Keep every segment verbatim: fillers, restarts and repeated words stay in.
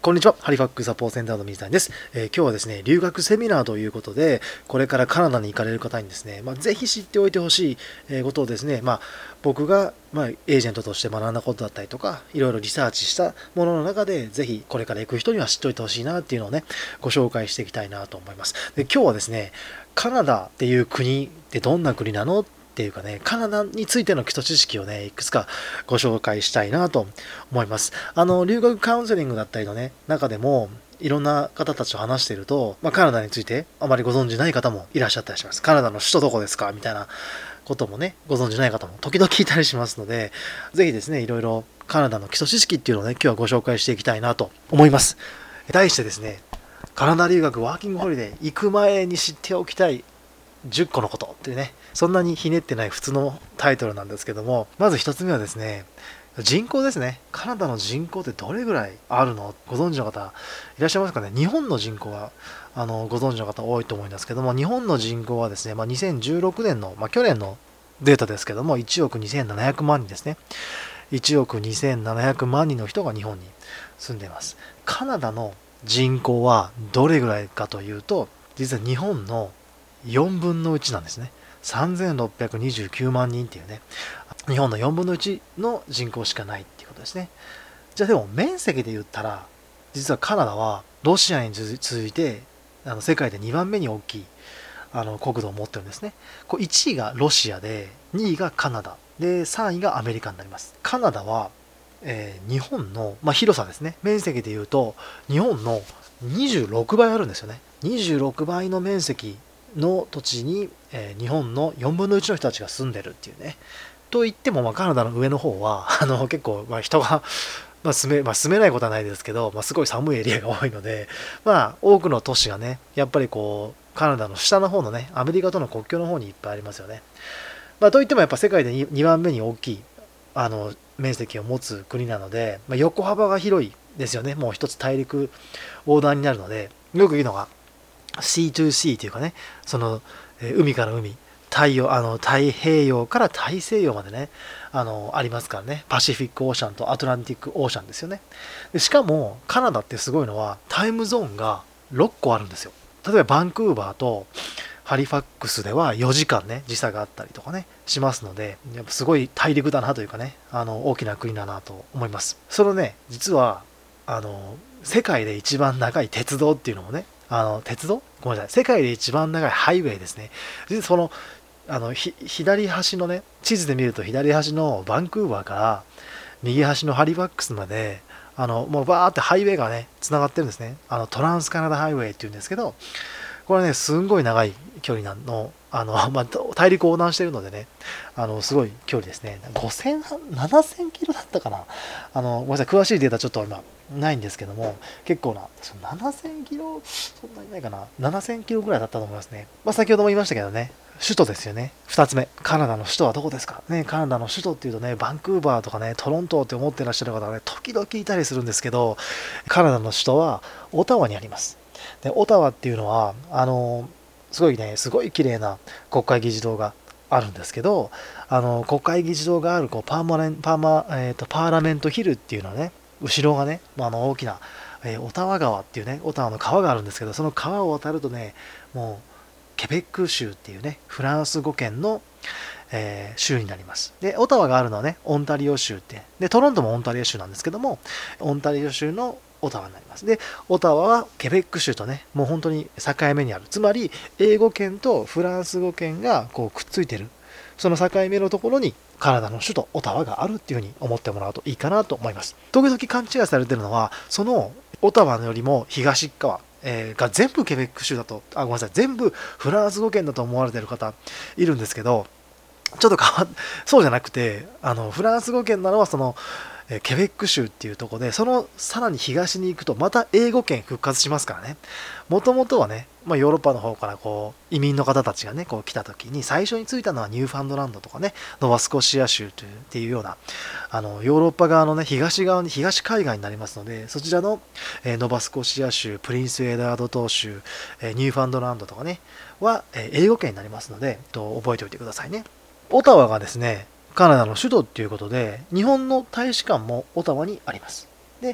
こんにちは。ハリファックスサポートセンターの水谷です、えー今日はですね、留学セミナーということで、これからカナダに行かれる方にですね、まあ、ぜひ知っておいてほしいえーことをですね、まあ、僕が、まあ、エージェントとして学んだことだったりとか、いろいろリサーチしたものの中で、ぜひこれから行く人には知っておいてほしいなっていうのをね、ご紹介していきたいなと思います。で、今日はですね、カナダっていう国ってどんな国なのっていうかね、カナダについての基礎知識をね、いくつかご紹介したいなと思います。あの、留学カウンセリングだったりのね、中でも、いろんな方たちと話していると、まあ、カナダについてあまりご存知ない方もいらっしゃったりします。カナダの首都どこですかみたいなこともね、ご存知ない方も時々いたりしますので、ぜひですね、いろいろカナダの基礎知識っていうのをね、今日はご紹介していきたいなと思います。題してですね、カナダ留学ワーキングホリデー行く前に知っておきたいじゅっこのことっていうね、そんなにひねってない普通のタイトルなんですけども、まずひとつめはですね、人口ですね。カナダの人口ってどれぐらいあるのご存知の方いらっしゃいますかね。日本の人口はあのご存知の方多いと思いますけども、日本の人口はですね、まあ、にせんじゅうろくねんの、まあ、去年のデータですけども、いちおくにせんななひゃくまんにんですね。いちおくにせんななひゃくまんにんの人が日本に住んでいます。カナダの人口はどれぐらいかというと、実は日本のよんぶんのいちなんですね。さんぜんろっぴゃくにじゅうきゅうまんにんっていうね、日本のよんぶんのいちの人口しかないっていうことですね。じゃあでも面積で言ったら、実はカナダはロシアに続いてあの世界でにばんめに大きいあの国土を持ってるんですね。こういちいがロシアで、にいがカナダで、さんいがアメリカになります。カナダは、えー日本の、まあ、広さですね。面積で言うと日本のにじゅうろくばいあるんですよね。にじゅうろくばいの面積の土地に、えー日本のよんぶんのいちの人たちが住んでるっていうね。と言っても、まあ、カナダの上の方はあの結構、まあ、人が、まあ住めまあ、住めないことはないですけど、まあ、すごい寒いエリアが多いので、まあ、多くの都市がね、やっぱりこうカナダの下の方のね、アメリカとの国境の方にいっぱいありますよね。まあ、といってもやっぱ世界で に, にばんめに大きいあの面積を持つ国なので、まあ、横幅が広いですよね。もう一つ大陸横断になるので、よく言うのが シーツーシー というかね、その、えー海から海、太陽あの太平洋から大西洋までね、あのありますからね。パシフィックオーシャンとアトランティックオーシャンですよね。でしかもカナダってすごいのはタイムゾーンがろっこあるんですよ。例えばバンクーバーとハリファックスではよじかんね、時差があったりとかね、しますので、やっぱすごい大陸だなというかね、あの、大きな国だなと思います。そのね、実は、あの、世界で一番長い鉄道っていうのもね、あの、鉄道ごめんなさい。世界で一番長いハイウェイですね。実はその、あの、ひ左端のね、地図で見ると左端のバンクーバーから右端のハリファックスまで、あの、もうバーってハイウェイがね、繋がってるんですね。あの、トランスカナダハイウェイっていうんですけど、これね、すんごい長い距離なの、あの、まあ、大陸横断してるのでね、あの、すごい距離ですね。ごせん、ななせんキロだったかな。あの、ごめんなさい、詳しいデータちょっと今、ないんですけども、結構な、ななせんキロ、そんなにないかな。ななせんキロぐらいだったと思いますね。まあ、先ほども言いましたけどね、首都ですよね。ふたつめ、カナダの首都はどこですかね。カナダの首都っていうとね、バンクーバーとかね、トロントって思ってらっしゃる方がね、時々いたりするんですけど、カナダの首都はオタワにあります。で、オタワっていうのは、あの、すごいね、すごい綺麗な国会議事堂があるんですけど、あの、国会議事堂があるこうパーマレン、パーマ、えーと、パーラメントヒルっていうのはね、後ろがね、あの大きな、えーオタワ川っていうね、オタワの川があるんですけど、その川を渡るとね、もう、ケベック州っていうね、フランス語圏の、えー州になります。で、オタワがあるのはね、オンタリオ州って、で、トロントもオンタリオ州なんですけども、オンタリオ州のオタワになります。で、オタワはケベック州とね、もう本当に境目にある。つまり、英語圏とフランス語圏がこうくっついてる。その境目のところにカナダの首都オタワがあるっていうふうに思ってもらうといいかなと思います。時々勘違いされてるのは、そのオタワよりも東側、えーが全部ケベック州だと、あ、ごめんなさい、全部フランス語圏だと思われてる方いるんですけど、ちょっと変わっ、そうじゃなくて、あの、フランス語圏なのはその、えケベック州っていうところで、そのさらに東に行くとまた英語圏復活しますからね。もともとはね、まあ、ヨーロッパの方からこう移民の方たちがね、こう来た時に最初に着いたのはニューファンドランドとかね、ノバスコシア州というっていうような、あの、ヨーロッパ側のね、東側に、東海岸になりますので、そちらの、えーノバスコシア州、プリンスエドワード島州、えーニューファンドランドとかね、は、えー英語圏になりますので、と覚えておいてくださいね。オタワがですね、カナダの首都っていうことで、日本の大使館もオタワにあります。で、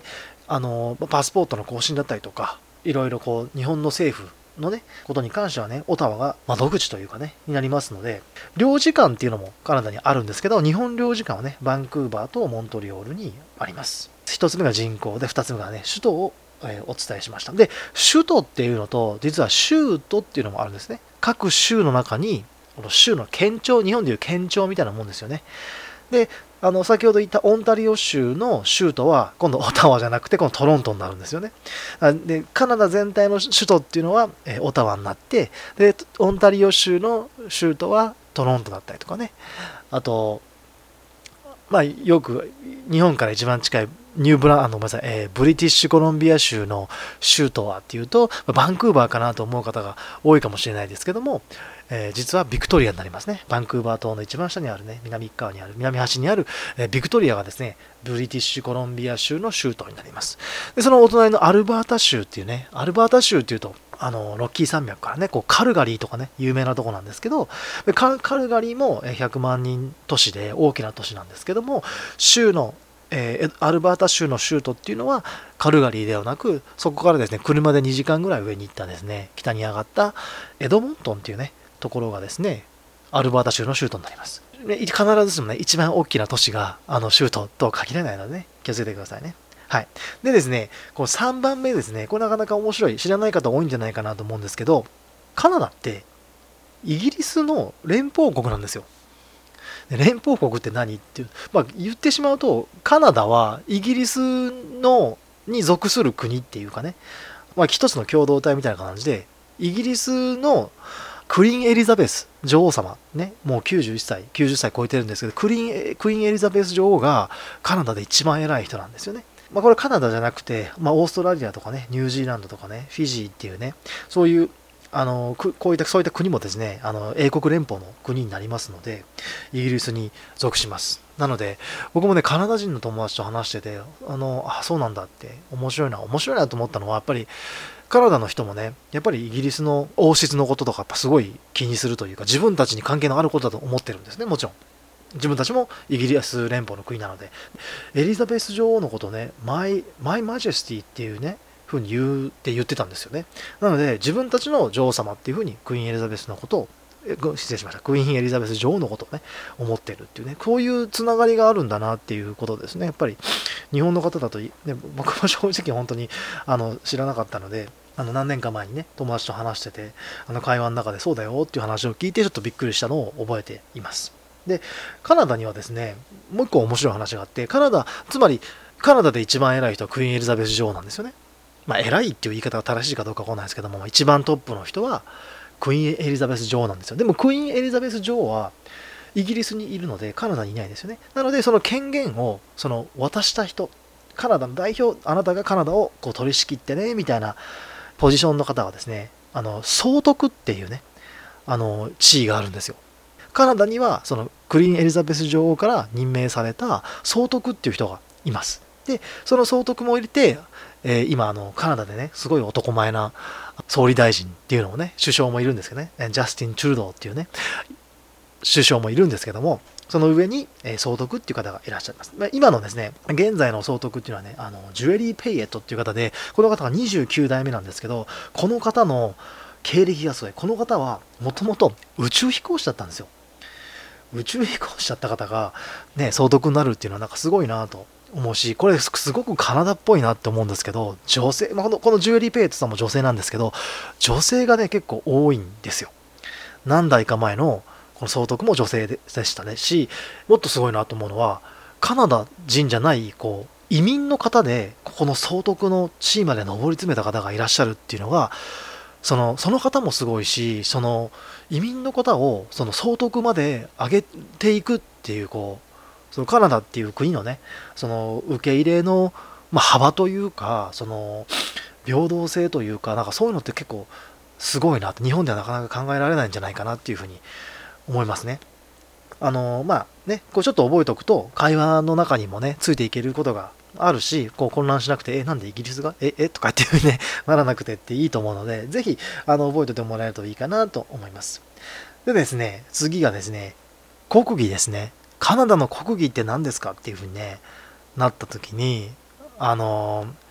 あのパスポートの更新だったりとか、いろいろこう日本の政府のねことに関してはね、オタワが窓口というかねになりますので、領事館っていうのもカナダにあるんですけど、日本領事館はねバンクーバーとモントリオールにあります。一つ目が人口で、二つ目がね首都をえお伝えしました。で、首都っていうのと、実は州都っていうのもあるんですね。各州の中に、この州の県庁、日本でいう県庁みたいなもんですよね。で、あの、先ほど言ったオンタリオ州の州都は、今度オタワじゃなくて、このトロントになるんですよね。で、カナダ全体の首都っていうのは、えオタワになって、で、オンタリオ州の州都はトロントだったりとかね。あと、まあ、よく日本から一番近いニューブランあのごめんなさい、えー、ブリティッシュコロンビア州の州都はっていうと、バンクーバーかなと思う方が多いかもしれないですけども、えー、実はビクトリアになりますね。バンクーバー島の一番下にあるね、南側にある、南端にある、えー、ビクトリアがですね、ブリティッシュコロンビア州の州都になります。で、そのお隣のアルバータ州っていうね、アルバータ州っていうと、あのロッキー山脈からね、こうカルガリーとかね、有名なとこなんですけど、カルガリーもひゃくまんにん都市で大きな都市なんですけども、州の、えー、アルバータ州の州都っていうのはカルガリーではなく、そこからですね、車でにじかんぐらい上に行ったですね、北に上がったエドモントンっていうね、ところがですね、アルバータ州の州都になります。必ずしもね、一番大きな都市があの州都とは限らないのでね、気をつけてくださいね。はい。でですね、このさんばんめですね、これなかなか面白い、知らない方多いんじゃないかなと思うんですけど、カナダってイギリスの連邦国なんですよ。連邦国って何っていう、まあ、言ってしまうと、カナダはイギリスのに属する国っていうかね、まあ、一つの共同体みたいな感じで、イギリスのクイーン・エリザベス女王様ね、もうきゅうじゅういっさい、きゅうじゅっさい超えてるんですけど、クイーン、クイーンエリザベス女王がカナダで一番偉い人なんですよね。まあ、これカナダじゃなくて、まあ、オーストラリアとかね、ニュージーランドとかね、フィジーっていうね、そういう、あの、こういった、そういった国もですね、あの、英国連邦の国になりますので、イギリスに属します。なので、僕もね、カナダ人の友達と話してて、あの、あ、そうなんだって、面白いな、面白いなと思ったのは、やっぱり、カナダの人もね、やっぱりイギリスの王室のこととか、やっぱすごい気にするというか、自分たちに関係のあることだと思ってるんですね、もちろん。自分たちもイギリス連邦の国なので、エリザベス女王のことをね、マイ、マイマジェスティっていうね、ふうに言うって言ってたんですよね。なので、自分たちの女王様っていうふうにクイーンエリザベスのことを、失礼しました、クイーンエリザベス女王のことをね、思ってるっていうね、こういうつながりがあるんだなっていうことですね。やっぱり日本の方だと、ね、僕も正直本当にあの知らなかったので、あの何年か前にね、友達と話してて、あの会話の中でそうだよっていう話を聞いて、ちょっとびっくりしたのを覚えています。で、カナダにはですね、もう一個面白い話があって、カナダ、つまりカナダで一番偉い人はクイーンエリザベス女王なんですよね。まあ、偉いっていう言い方が正しいかどうかわかんないですけども、一番トップの人はクイーンエリザベス女王なんですよ。でもクイーンエリザベス女王はイギリスにいるのでカナダにいないですよね。なのでその権限をその渡した人、カナダの代表、あなたがカナダをこう取り仕切ってねみたいなポジションの方はですね、あの総督っていうね、あの地位があるんですよ。カナダにはそのクイーンエリザベス女王から任命された総督っていう人がいます。で、その総督も入れて、えー、今あのカナダでね、すごい男前な総理大臣っていうのもね、首相もいるんですけどね、ジャスティン・トゥルドーっていうね、首相もいるんですけども、その上に、えー、総督っていう方がいらっしゃいます。まあ、今のですね、現在の総督っていうのはね、あのジュエリー・ペイエットっていう方で、この方がにじゅうきゅうだいめなんですけど、この方の経歴がすごい。この方はもともと宇宙飛行士だったんですよ。宇宙飛行士だった方がね、総督になるっていうのはなんかすごいなと思うし、これすごくカナダっぽいなって思うんですけど、女性、まあ、このこのジュエリー・ペイエットさんも女性なんですけど、女性がね、結構多いんですよ。何代か前のこの総督も女性でしたねし、もっとすごいなと思うのは、カナダ人じゃないこう移民の方でここの総督の地位まで上り詰めた方がいらっしゃるっていうのが、そのその方もすごいし、その移民の方をその総督まで上げていくっていう、こうそのカナダっていう国のね、その受け入れの、まあ、幅というか、その平等性というか、なんかそういうのって結構すごいなって、日本ではなかなか考えられないんじゃないかなっていうふうに思いますね。あのまあね、こうちょっと覚えておくと、会話の中にもね、ついていけることがあるし、こう混乱しなくて、え、なんでイギリスがえ、えとかっていう風にね、ならなくてっていいと思うので、ぜひ、あの、覚えておいてもらえるといいかなと思います。でですね、次がですね、国技ですね。カナダの国技って何ですかっていう風にね、なった時に、あの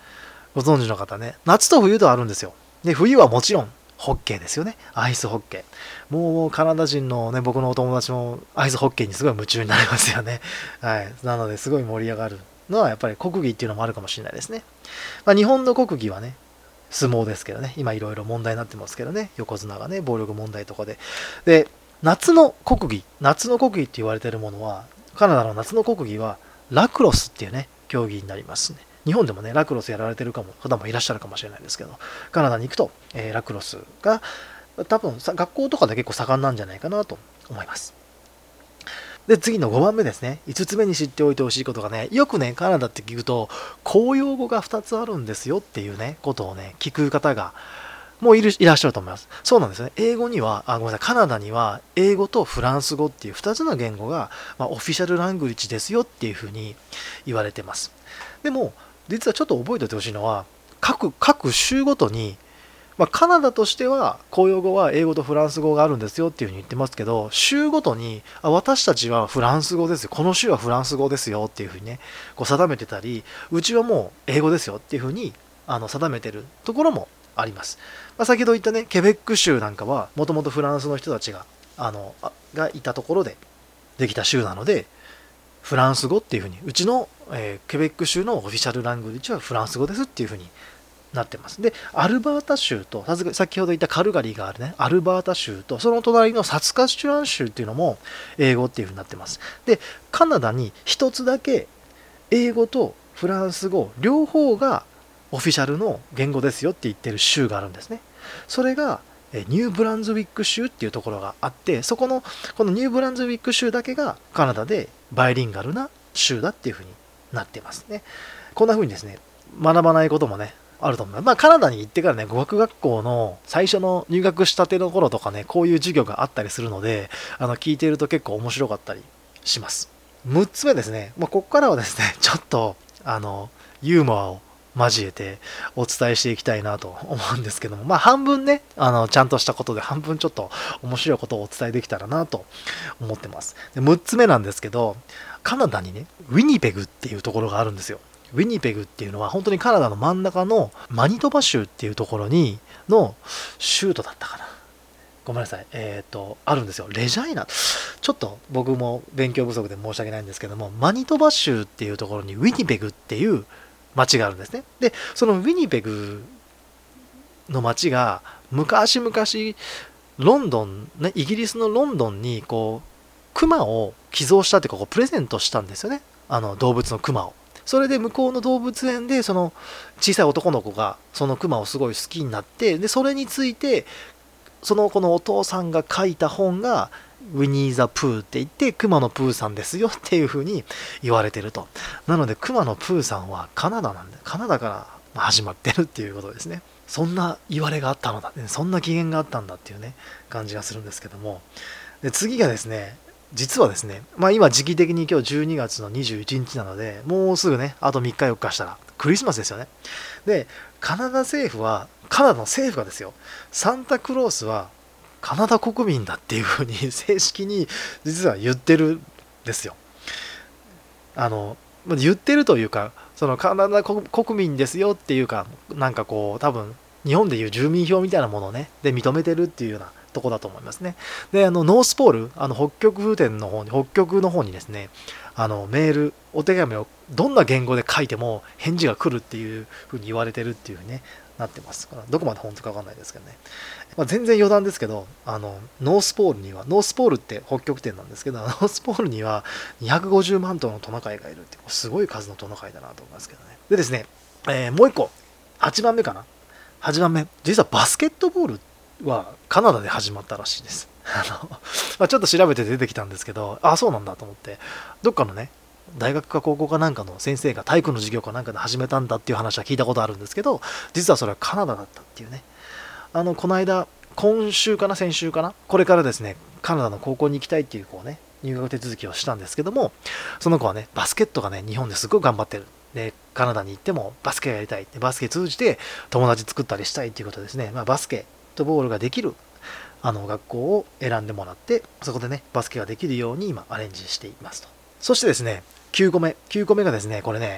ご存知の方ね、夏と冬とあるんですよ。で、冬はもちろん、ホッケーですよね。アイスホッケー。もうカナダ人のね、僕のお友達もアイスホッケーにすごい夢中になりますよね。はい。なので、すごい盛り上がるのはやっぱり国技っていうのもあるかもしれないですね。まあ、日本の国技はね、相撲ですけどね、今いろいろ問題になってますけどね、横綱がね、暴力問題とかで。で、夏の国技、夏の国技って言われてるものは、カナダの夏の国技は、ラクロスっていうね、競技になりますね。日本でもね、ラクロスやられてるかも方もいらっしゃるかもしれないですけど、カナダに行くと、えーラクロスが多分さ学校とかで結構盛んなんじゃないかなと思います。で、次のごばんめですね。いつつめに知っておいてほしいことがね、よくね、カナダって聞くと、公用語がふたつあるんですよっていうね、ことをね、聞く方が、もういるいらっしゃると思います。そうなんですね。英語には、あ、ごめんなさい、カナダには、英語とフランス語っていうふたつの言語が、まあ、オフィシャルラングリッジですよっていうふうに言われてます。でも、実はちょっと覚えておいてほしいのは、各、各州ごとに、まあ、カナダとしては公用語は英語とフランス語があるんですよっていうふうに言ってますけど、州ごとにあ私たちはフランス語ですよ、この州はフランス語ですよっていうふうにね、こう定めてたり、うちはもう英語ですよっていうふうにあの定めてるところもあります。まあ、先ほど言ったね、ケベック州なんかはもともとフランスの人たちがあのあがいたところでできた州なので、フランス語っていうふうに、うちの、えーケベック州のオフィシャルラングリッジはフランス語ですっていうふうになってます。で、アルバータ州と、先ほど言ったカルガリーがあるね、アルバータ州と、その隣のサスカチュアン州っていうのも英語っていう風になってます。で、カナダに一つだけ英語とフランス語、両方がオフィシャルの言語ですよって言ってる州があるんですね。それが、ニューブランズウィック州っていうところがあって、そこの、このニューブランズウィック州だけがカナダでバイリンガルな州だっていう風になってますね。こんな風にですね、学ばないこともね、あると思います。まあ、カナダに行ってからね、語学学校の最初の入学したての頃とかね、こういう授業があったりするので、あの、聞いていると結構面白かったりします。むっつめですね、まあ、ここからはですね、ちょっと、あの、ユーモアを交えてお伝えしていきたいなと思うんですけども、まあ、半分ね、あの、ちゃんとしたことで、半分ちょっと面白いことをお伝えできたらなと思ってます。で、むっつめなんですけど、カナダにね、ウィニペグっていうところがあるんですよ。ウィニペグっていうのは本当にカナダの真ん中のマニトバ州っていうところにの州都だったかな。ごめんなさい。えっ、ー、と、あるんですよ。レジャイナ。ちょっと僕も勉強不足で申し訳ないんですけども、マニトバ州っていうところにウィニペグっていう町があるんですね。で、そのウィニペグの町が昔々ロンドン、ね、イギリスのロンドンにこう、クマを寄贈したっていうか、こうプレゼントしたんですよね。あの動物のクマを。それで向こうの動物園でその小さい男の子がそのクマをすごい好きになって、でそれについてその子のお父さんが書いた本がウィニー・ザ・プーって言ってクマのプーさんですよっていう風に言われてると。なのでクマのプーさんはカナダなんで、カナダから始まってるっていうことですね。そんな言われがあったのだ、そんな起源があったんだっていうね感じがするんですけども、で次がですね、実はですね、まあ今時期的に今日じゅうにがつのにじゅういちにちなので、もうすぐね、あとみっかよっかしたらクリスマスですよね。で、カナダ政府は、カナダの政府がですよ、サンタクロースはカナダ国民だっていうふうに正式に実は言ってるんですよ。あの、言ってるというか、そのカナダ国民ですよっていうか、なんかこう、多分、日本でいう住民票みたいなものをね、で認めてるっていうようなとこだと思いますね。で、あの、ノースポール、あの、北極風天の方に、北極の方にですね、あの、メール、お手紙をどんな言語で書いても返事が来るっていうふうに言われてるっていうふうにね、なってます。どこまで本当かわかんないですけどね。まあ、全然余談ですけど、あの、ノースポールには、ノースポールって北極点なんですけど、ノースポールにはにひゃくごじゅうまん頭のトナカイがいるって、すごい数のトナカイだなと思いますけどね。でですね、えーもう一個、はちばんめかな。はちばんめ、実はバスケットボールはカナダで始まったらしいです。あの、まあ、ちょっと調べて出てきたんですけど、あ、そうなんだと思って、どっかのね、大学か高校かなんかの先生が体育の授業かなんかで始めたんだっていう話は聞いたことあるんですけど、実はそれはカナダだったっていうね。あの、この間、今週かな、先週かな、これからですね、カナダの高校に行きたいっていう、こうね、入学手続きをしたんですけども、その子はね、バスケットがね、日本ですごい頑張ってる。で、カナダに行ってもバスケがやりたい。で、バスケ通じて友達作ったりしたいっていうことですね。まあ、バスケットボールができる、あの、学校を選んでもらって、そこでね、バスケができるように今、アレンジしていますと。そしてですね、きゅうこめ。きゅうこめがですね、これね、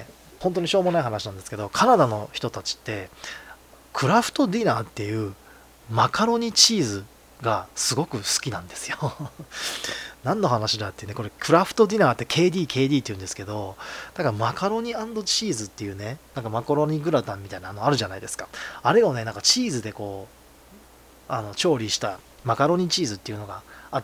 本当にしょうもない話なんですけど、カナダの人たちってクラフトディナーっていうマカロニチーズがすごく好きなんですよ何の話だってね、これクラフトディナーって ケーディー、ケーディー って言うんですけど、だからマカロニ&チーズっていうね、なんかマカロニグラタンみたいなのあるじゃないですか。あれをね、なんかチーズでこう、あの、調理したマカロニチーズっていうのがあって、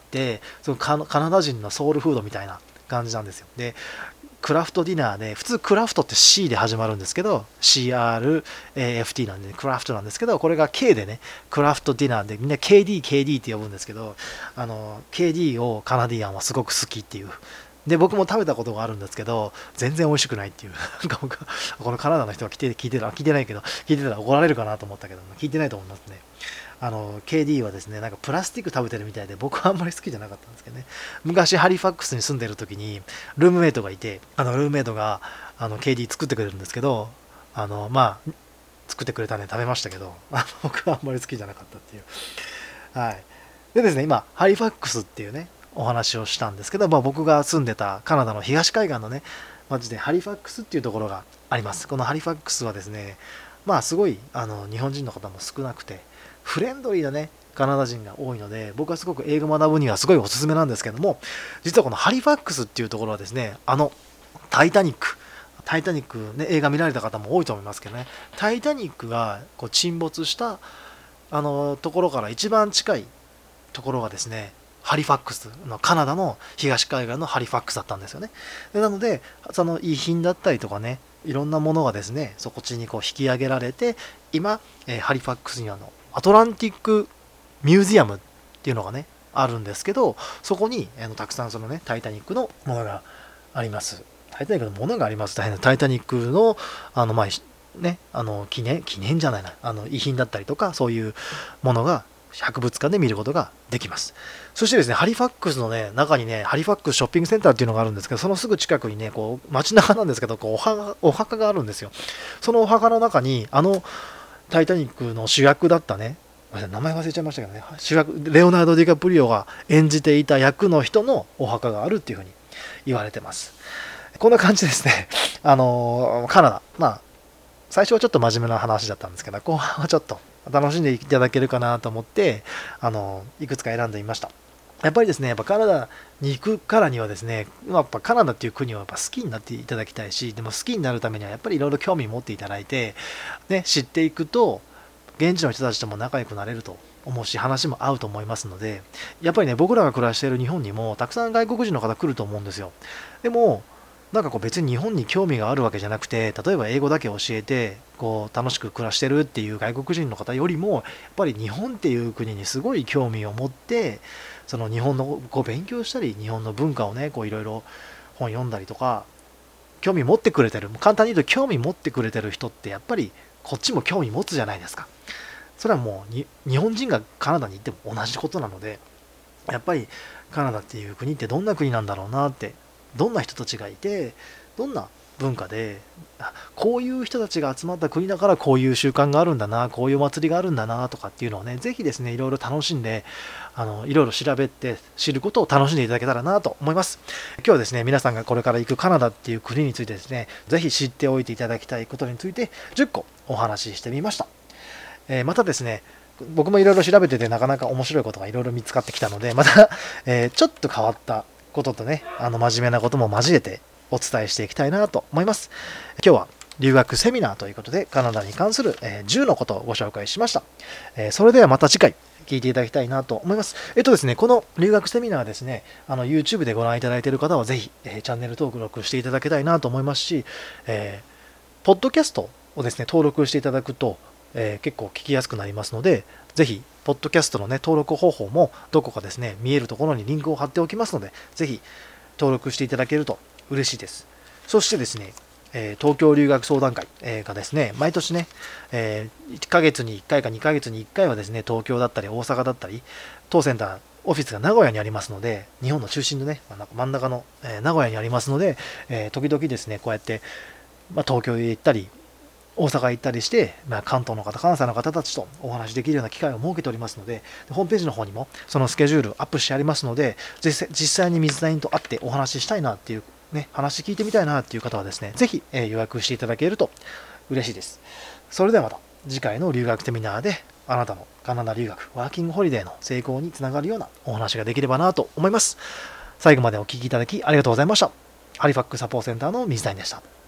そのカナダ人のソウルフードみたいな感じなんですよ。で、クラフトディナーで、普通クラフトって C で始まるんですけど、シーアールエーエフティー なんで、クラフトなんですけど、これが K でね、クラフトディナーで、みんな ケーディー、ケーディー って呼ぶんですけど、あの、ケーディー をカナディアンはすごく好きっていう。で、僕も食べたことがあるんですけど、全然美味しくないっていう。なんか僕、このカナダの人が来て、聞いてた、聞いてないけど、聞いてたら怒られるかなと思ったけど、聞いてないと思いますね。あの ケーディー はですね、なんかプラスチック食べてるみたいで、僕はあんまり好きじゃなかったんですけどね。昔ハリファックスに住んでる時にルームメイトがいて、あのルームメイトがあの ケーディー 作ってくれるんですけど、あのまあ作ってくれたんで食べましたけど、あの僕はあんまり好きじゃなかったっていう。はい。でですね、今ハリファックスっていうねお話をしたんですけど、まあ、僕が住んでたカナダの東海岸のね町でハリファックスっていうところがあります。このハリファックスはですね、まあすごいあの日本人の方も少なくて、フレンドリーなねカナダ人が多いので、僕はすごく英語を学ぶにはすごいおすすめなんですけども、実はこのハリファックスっていうところはですね、あのタイタニックタイタニックね、映画見られた方も多いと思いますけどね、タイタニックがこう沈没したあのところから一番近いところがですね、ハリファックスのカナダの東海岸のハリファックスだったんですよね。でなのでその遺品だったりとかね、いろんなものがですねそこっちにこう引き上げられて、今、えーハリファックスにはのアトランティックミュージアムっていうのがねあるんですけど、そこにあのたくさんそのねタイタニックのものがあります。タイタニックのものがあります大変な、タイタニックのあのまあねあの記念記念じゃないな、あの遺品だったりとかそういうものが博物館で見ることができます。そしてですね、ハリファックスのね中にねハリファックスショッピングセンターっていうのがあるんですけど、そのすぐ近くにねこう街中なんですけど、こうお墓お墓があるんですよ。そのお墓の中にあのタイタニックの主役だったね、名前忘れちゃいましたけどね、主役レオナルド・ディカプリオが演じていた役の人のお墓があるっていうふうに言われてます。こんな感じですね。あのカナダ、まあ最初はちょっと真面目な話だったんですけど、後半はちょっと楽しんでいただけるかなと思って、あのいくつか選んでみました。やっぱりですね、やっぱカナダに行くからにはですね、やっぱカナダっていう国をやっぱ好きになっていただきたいし、でも好きになるためにはやっぱりいろいろ興味を持っていただいて、ね、知っていくと、現地の人たちとも仲良くなれると思うし、話も合うと思いますので、やっぱりね、僕らが暮らしている日本にもたくさん外国人の方来ると思うんですよ。でも、なんかこう別に日本に興味があるわけじゃなくて、例えば英語だけ教えてこう楽しく暮らしてるっていう外国人の方よりも、やっぱり日本っていう国にすごい興味を持って、その日本のこう勉強したり、日本の文化をねこういろいろ本読んだりとか、興味持ってくれてる、簡単に言うと興味持ってくれてる人ってやっぱりこっちも興味持つじゃないですか。それはもうに日本人がカナダに行っても同じことなので、やっぱりカナダっていう国ってどんな国なんだろうなって、どんな人たちがいて、どんな文化で、あこういう人たちが集まった国だからこういう習慣があるんだな、こういう祭りがあるんだなとかっていうのをね、ぜひですねいろいろ楽しんで、あのいろいろ調べて知ることを楽しんでいただけたらなと思います。今日はですね、皆さんがこれから行くカナダっていう国についてですね、ぜひ知っておいていただきたいことについてじゅっこお話ししてみました。えーまたですね、僕もいろいろ調べててなかなか面白いことがいろいろ見つかってきたので、また、えーちょっと変わったこととね、あの真面目なことも交えてお伝えしていきたいなと思います。今日は留学セミナーということでカナダに関するじゅうのことをご紹介しました。それではまた次回聞いていただきたいなと思います。えっとですね、この留学セミナーですね、あの YouTube でご覧いただいている方はぜひ、えー、チャンネル登録していただきたいなと思いますし、えー、ポッドキャストをですね、登録していただくと、えー、結構聞きやすくなりますので、ぜひ、ポッドキャストのね、登録方法もどこかですね、見えるところにリンクを貼っておきますので、ぜひ登録していただけると嬉しいです。そしてですね、えー東京留学相談会えーがですね、毎年ね、えーいっかげつにいっかいかにかげつにいっかいはですね、東京だったり大阪だったり、当センター、オフィスが名古屋にありますので、日本の中心のね、真ん中の、えー名古屋にありますので、えー時々ですね、こうやって、まあ、東京へ行ったり、大阪行ったりして、まあ、関東の方、関西の方たちとお話しできるような機会を設けておりますので、ホームページの方にもそのスケジュールアップしてありますので、実際実際に水谷と会ってお話ししたいなっていうね、話聞いてみたいなっていう方はですね、ぜひ、えー予約していただけると嬉しいです。それではまた次回の留学セミナーであなたのカナダ留学、ワーキングホリデーの成功につながるようなお話ができればなと思います。最後までお聞きいただきありがとうございました。ハリファックスサポートセンターの水谷でした。